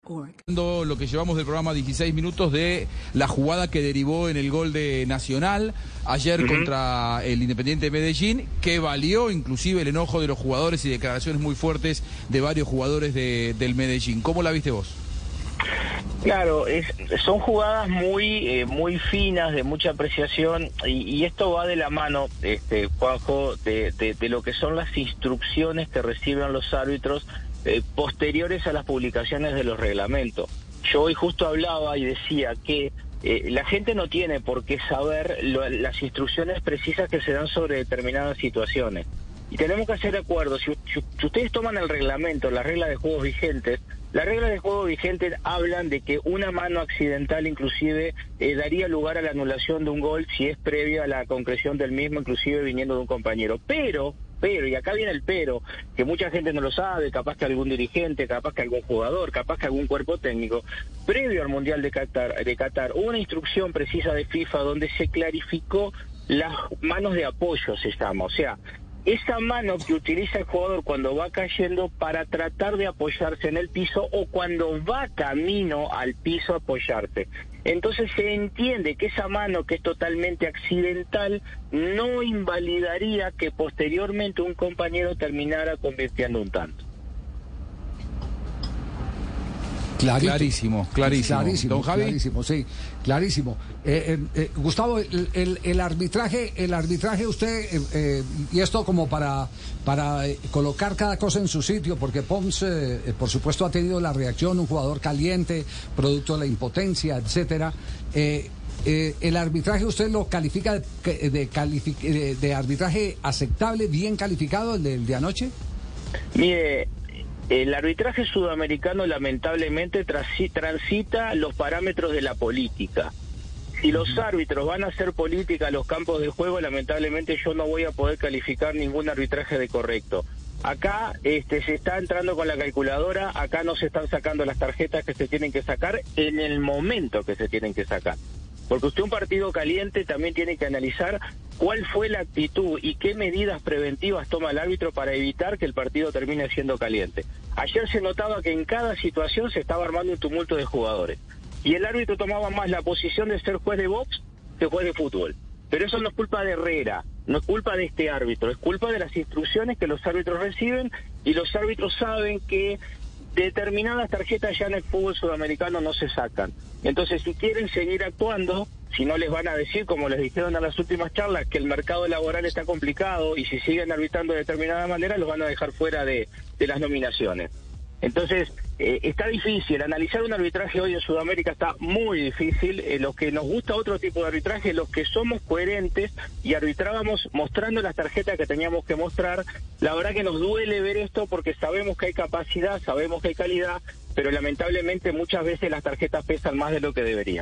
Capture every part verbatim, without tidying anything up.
Lo que llevamos del programa dieciséis minutos de la jugada que derivó en el gol de Nacional ayer uh-huh. contra el Independiente de Medellín, que valió inclusive el enojo de los jugadores y declaraciones muy fuertes de varios jugadores de, del Medellín. ¿Cómo la viste vos? Claro, es, son jugadas muy eh, muy finas, de mucha apreciación, y, y esto va de la mano, este, Juanjo, de, de, de lo que son las instrucciones que reciben los árbitros eh, posteriores a las publicaciones de los reglamentos. Yo hoy justo hablaba y decía que eh, la gente no tiene por qué saber lo, las instrucciones precisas que se dan sobre determinadas situaciones. Y tenemos que hacer acuerdos. Si, si, si ustedes toman el reglamento, las reglas de juegos vigentes, las reglas de juego vigentes hablan de que una mano accidental inclusive eh, daría lugar a la anulación de un gol si es previa a la concreción del mismo, inclusive viniendo de un compañero. Pero, pero, y acá viene el pero, que mucha gente no lo sabe, capaz que algún dirigente, capaz que algún jugador, capaz que algún cuerpo técnico, previo al Mundial de Qatar, de Qatar hubo una instrucción precisa de FIFA donde se clarificó las manos de apoyo, se llama, o sea, esa mano que utiliza el jugador cuando va cayendo para tratar de apoyarse en el piso o cuando va camino al piso a apoyarse. Entonces se entiende que esa mano, que es totalmente accidental, no invalidaría que posteriormente un compañero terminara convirtiendo un tanto. Clarito. Clarísimo, clarísimo. Clarísimo, Don Javi. Clarísimo, sí, clarísimo. Eh, eh, eh, Gustavo, el, el, el arbitraje, el arbitraje usted, eh, eh, y esto como para, para eh, colocar cada cosa en su sitio, porque Pons, eh, por supuesto, ha tenido la reacción, un jugador caliente, producto de la impotencia, etcétera. Eh, eh, el arbitraje usted lo califica de, de, calific, de, de arbitraje aceptable, bien calificado, el de, el de anoche. Mire, el arbitraje sudamericano lamentablemente transita los parámetros de la política. Si los árbitros van a hacer política a los campos de juego, lamentablemente yo no voy a poder calificar ningún arbitraje de correcto. Acá este, se está entrando con la calculadora, acá no se están sacando las tarjetas que se tienen que sacar en el momento que se tienen que sacar. Porque usted un partido caliente también tiene que analizar cuál fue la actitud y qué medidas preventivas toma el árbitro para evitar que el partido termine siendo caliente. Ayer se notaba que en cada situación se estaba armando un tumulto de jugadores. Y el árbitro tomaba más la posición de ser juez de box que juez de fútbol. Pero eso no es culpa de Herrera, no es culpa de este árbitro, es culpa de las instrucciones que los árbitros reciben, y los árbitros saben que determinadas tarjetas ya en el fútbol sudamericano no se sacan. Entonces, si quieren seguir actuando, si no les van a decir, como les dijeron en las últimas charlas, que el mercado laboral está complicado y si siguen arbitrando de determinada manera, los van a dejar fuera de, de las nominaciones. Entonces, eh, está difícil. Analizar un arbitraje hoy en Sudamérica está muy difícil. Eh, los que nos gusta otro tipo de arbitraje, los que somos coherentes y arbitrábamos mostrando las tarjetas que teníamos que mostrar, la verdad que nos duele ver esto porque sabemos que hay capacidad, sabemos que hay calidad, pero lamentablemente muchas veces las tarjetas pesan más de lo que deberían.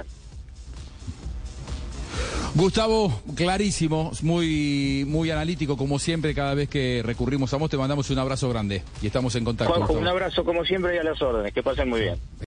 Gustavo, clarísimo, muy muy analítico como siempre. Cada vez que recurrimos a vos te mandamos un abrazo grande y estamos en contacto. Juanjo, un abrazo como siempre y a las órdenes, que pasen muy bien.